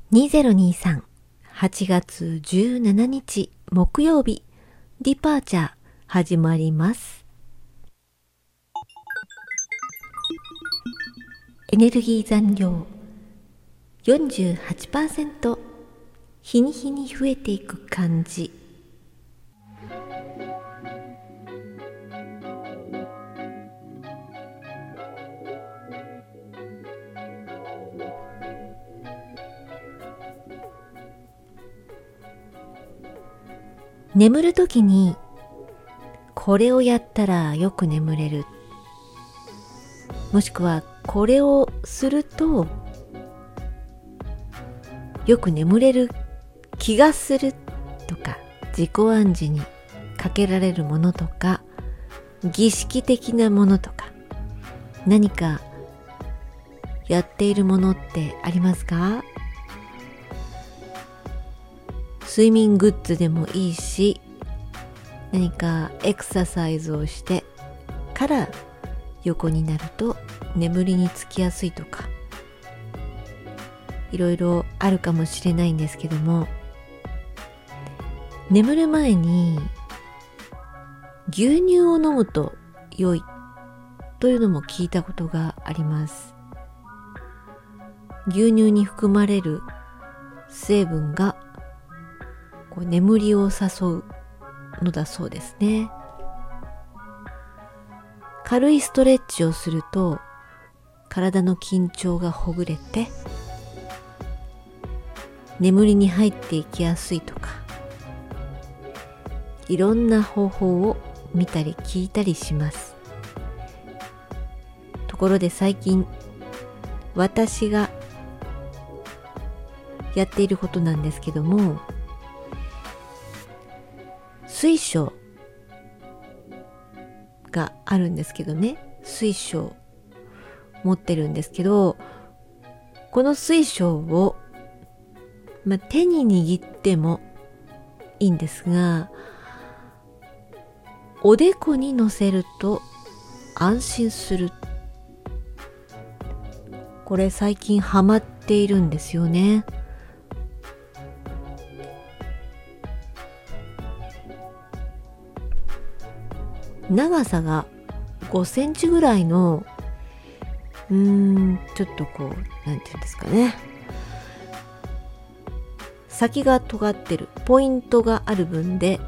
2023 8月17日木曜日、ディパーチャー始まります。エネルギー残量 48% 日に日に増えていく感じ。眠るときにこれをやったらよく眠れる、もしくはこれをするとよく眠れる気がするとか、自己暗示にかけられるものとか、儀式的なものとか、何かやっているものってありますか？睡眠グッズでもいいし、何かエクササイズをしてから横になると眠りにつきやすいとか、いろいろあるかもしれないんですけども、眠る前に牛乳を飲むと良いというのも聞いたことがあります。牛乳に含まれる成分が眠りを誘うのだそうですね。軽いストレッチをすると体の緊張がほぐれて眠りに入っていきやすいとか、いろんな方法を見たり聞いたりします。ところで最近私がやっていることなんですけども、水晶があるんですけどね、水晶持ってるんですけど、この水晶を、手に握ってもいいんですが、おでこに乗せると安心する。これ最近ハマっているんですよね。長さが5センチぐらいのちょっとなんていうんですかね、先が尖ってるポイントがある分で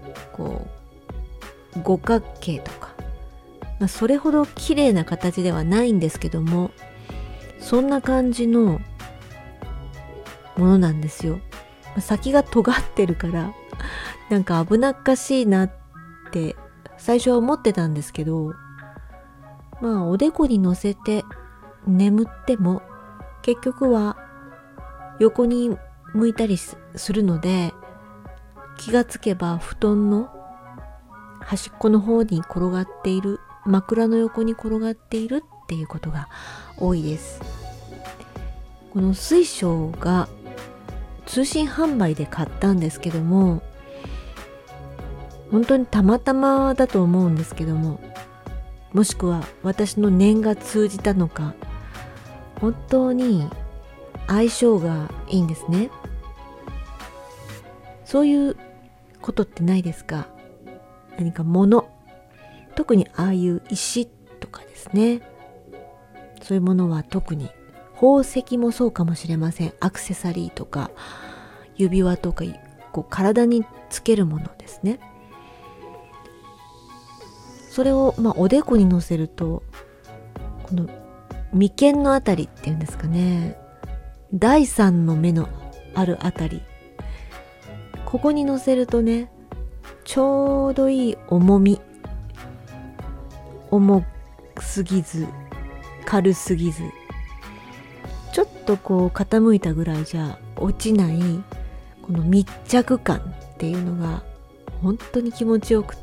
五角形とか、それほど綺麗な形ではないんですけども、そんな感じのものなんですよ。先が尖ってるからなんか危なっかしいなって最初は思ってたんですけど、おでこに乗せて眠っても結局は横に向いたりするので、気がつけば布団の端っこの方に転がっている、枕の横に転がっているっていうことが多いです。この水晶が通信販売で買ったんですけども、本当にたまたまだと思うんですけども、もしくは私の念が通じたのか、本当に相性がいいんですね。そういうことってないですか？何か物、特にああいう石とかですね、そういうものは特に、宝石もそうかもしれません。アクセサリーとか指輪とか体につけるものですね。それをおでこに乗せると、この眉間のあたりっていうんですかね、第三の目のあるあたり、ここに乗せるとね、ちょうどいい重み、重すぎず軽すぎず、ちょっと傾いたぐらいじゃ落ちない、この密着感っていうのが本当に気持ちよくって、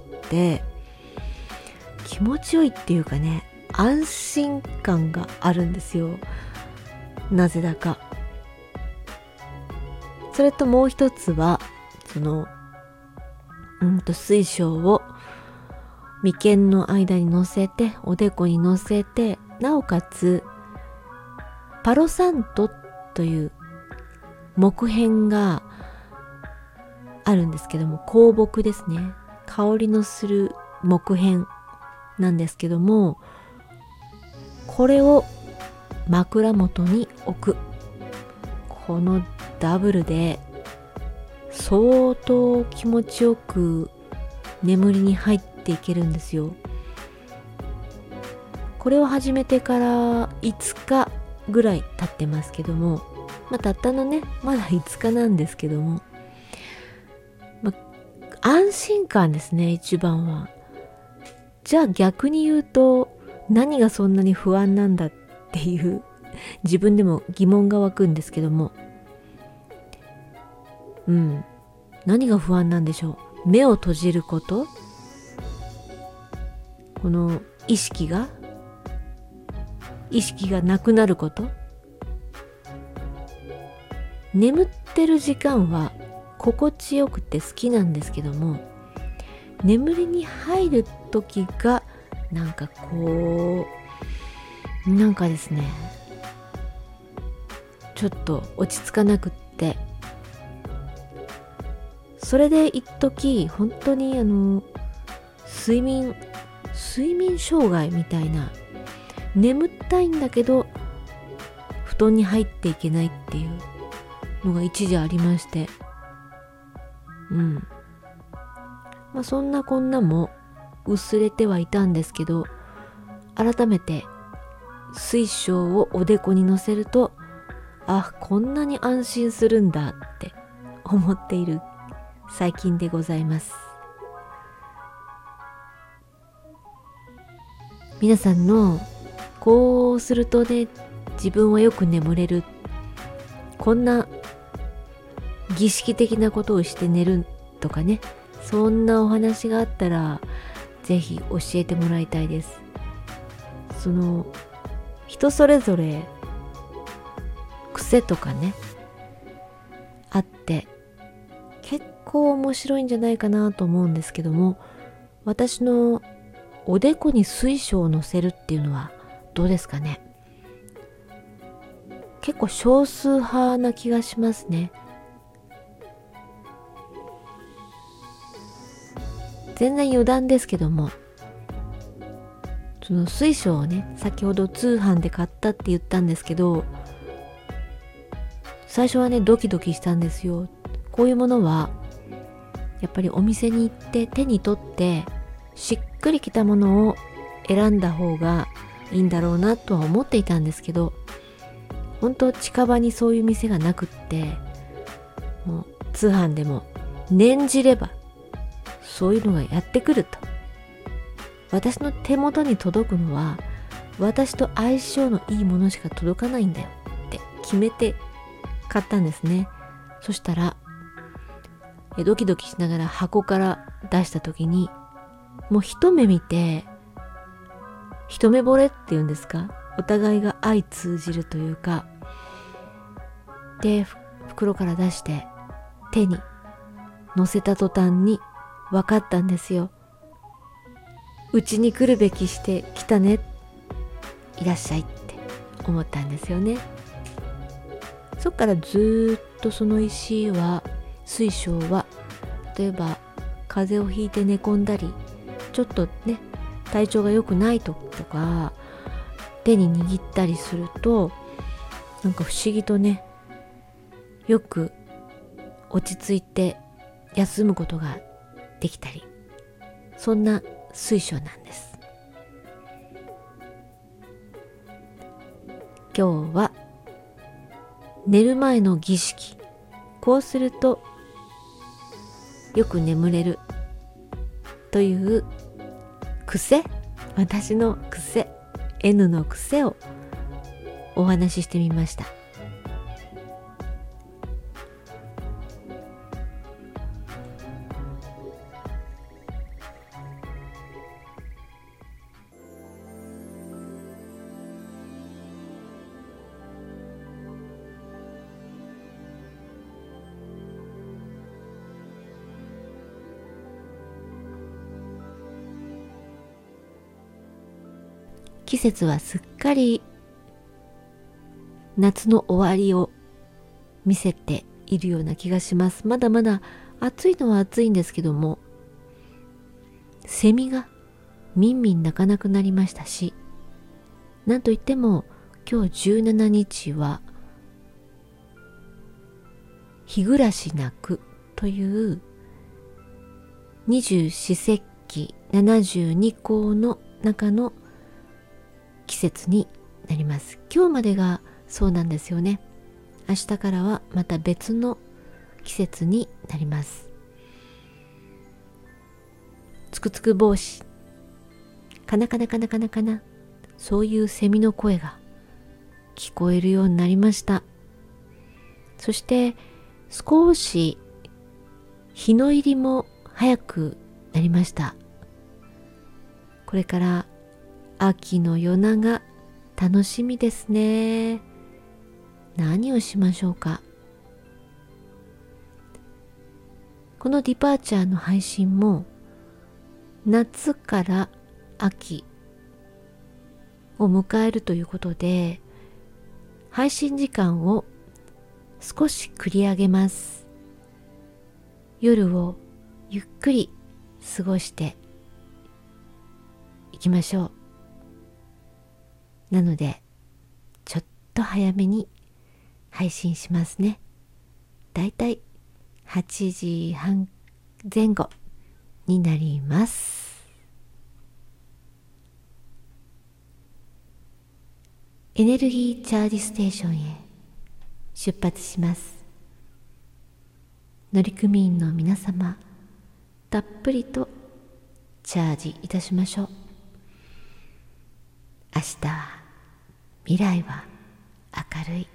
気持ちよいっていうかね、安心感があるんですよ。なぜだか。それともう一つは、水晶を眉間の間に乗せて、おでこに乗せて、なおかつパロサントという木片があるんですけども、香木ですね。香りのする木片なんですけども、これを枕元に置く。このダブルで相当気持ちよく眠りに入っていけるんですよ。これを始めてから5日ぐらい経ってますけども、たったのね、まだ5日なんですけども、安心感ですね、一番は。じゃあ逆に言うと、何がそんなに不安なんだっていう自分でも疑問が湧くんですけども、何が不安なんでしょう。目を閉じること、この意識がなくなること。眠ってる時間は心地よくて好きなんですけども、眠りに入る時がなんかですね、ちょっと落ち着かなくって、それで一時本当に睡眠障害みたいな、眠ったいんだけど布団に入っていけないっていうのが一時ありまして、そんなこんなも薄れてはいたんですけど、改めて水晶をおでこに乗せると、こんなに安心するんだって思っている最近でございます。皆さんのこうするとね、自分はよく眠れる、こんな儀式的なことをして寝るとかね、そんなお話があったらぜひ教えてもらいたいです。人それぞれ癖とかねあって、結構面白いんじゃないかなと思うんですけども、私のおでこに水晶を乗せるっていうのはどうですかね。結構少数派な気がしますね。全然余談ですけども、その水晶をね、先ほど通販で買ったって言ったんですけど、最初はねドキドキしたんですよ。こういうものはやっぱりお店に行って手に取ってしっくりきたものを選んだ方がいいんだろうなとは思っていたんですけど、本当近場にそういう店がなくって、もう通販でも念じればそういうのがやってくると、私の手元に届くのは私と相性のいいものしか届かないんだよって決めて買ったんですね。そしたらドキドキしながら箱から出した時に、もう一目見て一目惚れっていうんですか、お互いが相通じるというかで、袋から出して手に乗せた途端に分かったんですよ。うちに来るべきして来たね、いらっしゃいって思ったんですよね。そっからずっとその石は、水晶は、例えば風邪をひいて寝込んだり、ちょっとね体調が良くないとか手に握ったりすると、なんか不思議とね、よく落ち着いて休むことができたり、そんな水晶なんです。今日は寝る前の儀式、こうするとよく眠れるという癖、私の癖、N の癖をお話ししてみました。季節はすっかり夏の終わりを見せているような気がします。まだまだ暑いのは暑いんですけども、セミがみんみん鳴かなくなりましたし、なんといっても今日17日は日暮らし鳴くという二十四節気72項の中の季節になります。今日までがそうなんですよね。明日からはまた別の季節になります。つくつく帽子、カナカナカナカナカナ、そういうセミの声が聞こえるようになりました。そして少し日の入りも早くなりました。これから秋の夜長、楽しみですね。何をしましょうか。このディパーチャーの配信も夏から秋を迎えるということで、配信時間を少し繰り上げます。夜をゆっくり過ごしていきましょう。なのでちょっと早めに配信しますね。だいたい8時半前後になります。エネルギーチャージステーションへ出発します。乗組員の皆様、たっぷりとチャージいたしましょう。明日は、未来は明るい。